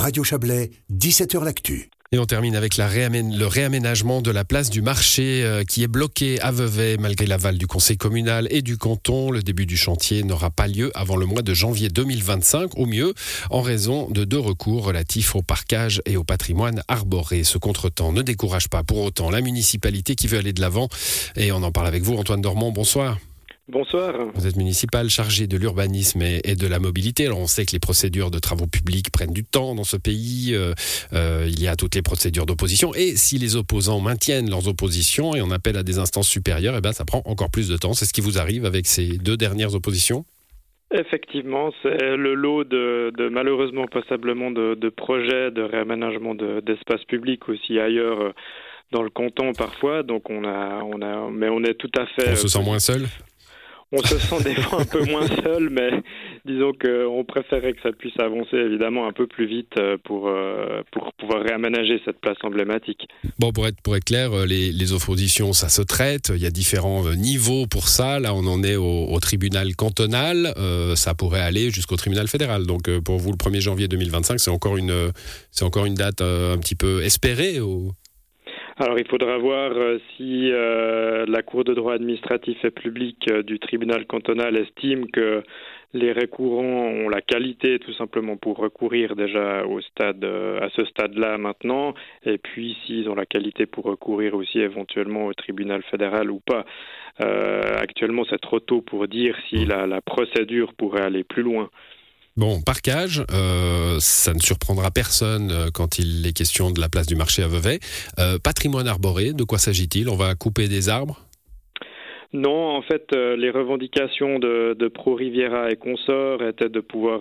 Radio Chablais, 17h l'actu. Et on termine avec le réaménagement de la place du marché qui est bloqué à Vevey malgré l'aval du conseil communal et du canton. Le début du chantier n'aura pas lieu avant le mois de janvier 2025, au mieux, en raison de 2 recours relatifs au parcage et au patrimoine arboré. Ce contretemps ne décourage pas pour autant la municipalité qui veut aller de l'avant. Et on en parle avec vous, Antoine Dormont. Bonsoir. Bonsoir. Vous êtes municipal chargé de l'urbanisme et de la mobilité. Alors on sait que les procédures de travaux publics prennent du temps dans ce pays. Il y a toutes les procédures d'opposition. Et si les opposants maintiennent leurs oppositions et on appelle à des instances supérieures, ça prend encore plus de temps. C'est ce qui vous arrive avec ces 2 dernières oppositions ? Effectivement, c'est le lot de malheureusement passablement de projets de réaménagement d'espaces publics aussi ailleurs dans le canton parfois. Donc mais on est tout à fait... On se sent moins seul ? On se sent des fois un peu moins seul, mais disons qu'on préférait que ça puisse avancer évidemment un peu plus vite pour pouvoir réaménager cette place emblématique. Bon, pour être clair, les oppositions, ça se traite. Il y a différents niveaux pour ça. Là, on en est au tribunal cantonal. Ça pourrait aller jusqu'au tribunal fédéral. Donc, pour vous, le 1er janvier 2025, c'est encore une date un petit peu espérée Alors, il faudra voir si la Cour de droit administratif et public du tribunal cantonal estime que les recourants ont la qualité tout simplement pour recourir déjà à ce stade-là maintenant, et puis s'ils ont la qualité pour recourir aussi éventuellement au tribunal fédéral ou pas. Actuellement, c'est trop tôt pour dire si la procédure pourrait aller plus loin. Bon, parquage, ça ne surprendra personne quand il est question de la place du marché à Vevey. Patrimoine arboré, de quoi s'agit-il ? On va couper des arbres ? Non, en fait, les revendications de Pro Riviera et consorts étaient de pouvoir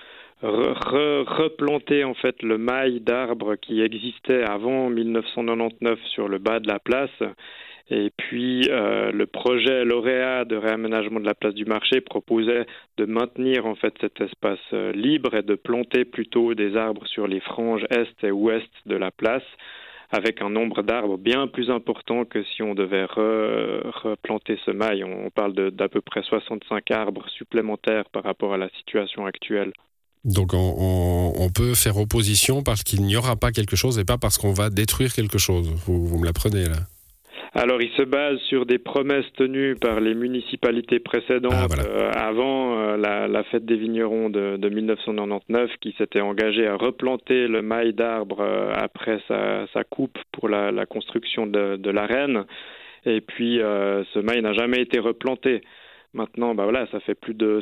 replanter en fait le mail d'arbres qui existait avant 1999 sur le bas de la place. Et puis, le projet lauréat de réaménagement de la place du marché proposait de maintenir en fait cet espace libre et de planter plutôt des arbres sur les franges est et ouest de la place, avec un nombre d'arbres bien plus important que si on devait replanter ce mail. On parle d'à peu près 65 arbres supplémentaires par rapport à la situation actuelle. Donc on peut faire opposition parce qu'il n'y aura pas quelque chose et pas parce qu'on va détruire quelque chose. Vous me l'apprenez là. Alors, il se base sur des promesses tenues par les municipalités précédentes avant la fête des vignerons de 1999 qui s'étaient engagées à replanter le mail d'arbres après sa coupe pour la construction de l'arène. Et puis, ce mail n'a jamais été replanté. Maintenant, ça fait plus de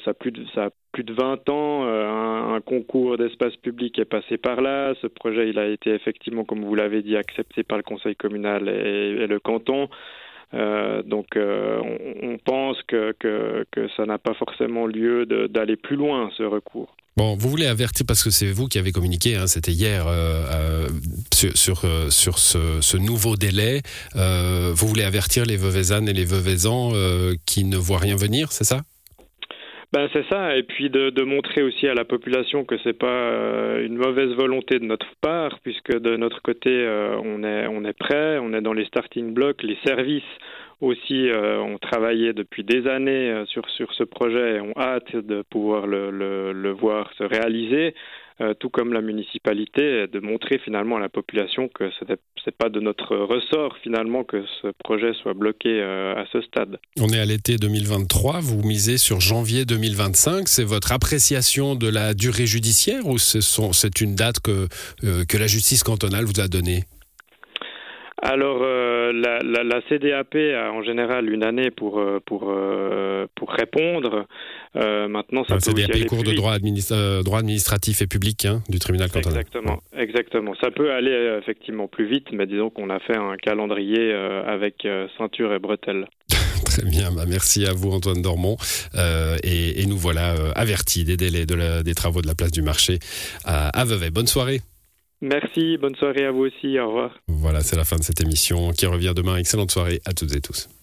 20 ans. Un concours d'espace public est passé par là. Ce projet, il a été effectivement, comme vous l'avez dit, accepté par le conseil communal et le canton. Donc, on pense que ça n'a pas forcément lieu d'aller plus loin, ce recours. Bon, vous voulez avertir, parce que c'est vous qui avez communiqué, c'était hier, sur ce nouveau délai. Vous voulez avertir les Veveysannes et les Veveysans qui ne voient rien venir, c'est ça ? C'est ça, et puis de montrer aussi à la population que c'est pas une mauvaise volonté de notre part, puisque de notre côté, on est prêt, on est dans les starting blocks, les services aussi ont travaillé depuis des années sur ce projet et ont hâte de pouvoir le voir se réaliser, tout comme la municipalité, de montrer finalement à la population que c'est pas de notre ressort finalement que ce projet soit bloqué à ce stade. On est à l'été 2023, vous misez sur janvier 2025, c'est votre appréciation de la durée judiciaire ou c'est une date que la justice cantonale vous a donnée ? Alors, la CDAP a en général une année pour répondre. Maintenant, ça peut CDAP, aussi aller cours plus de vite. droit administratif et public du tribunal cantonal. Exactement. Ça peut aller effectivement plus vite, mais disons qu'on a fait un calendrier avec ceinture et bretelles. Très bien, merci à vous Antoine Dormont. Et nous voilà avertis des délais des travaux de la place du marché à Vevey. Bonne soirée. Merci, bonne soirée à vous aussi, au revoir. Voilà, c'est la fin de cette émission qui revient demain. Excellente soirée à toutes et tous.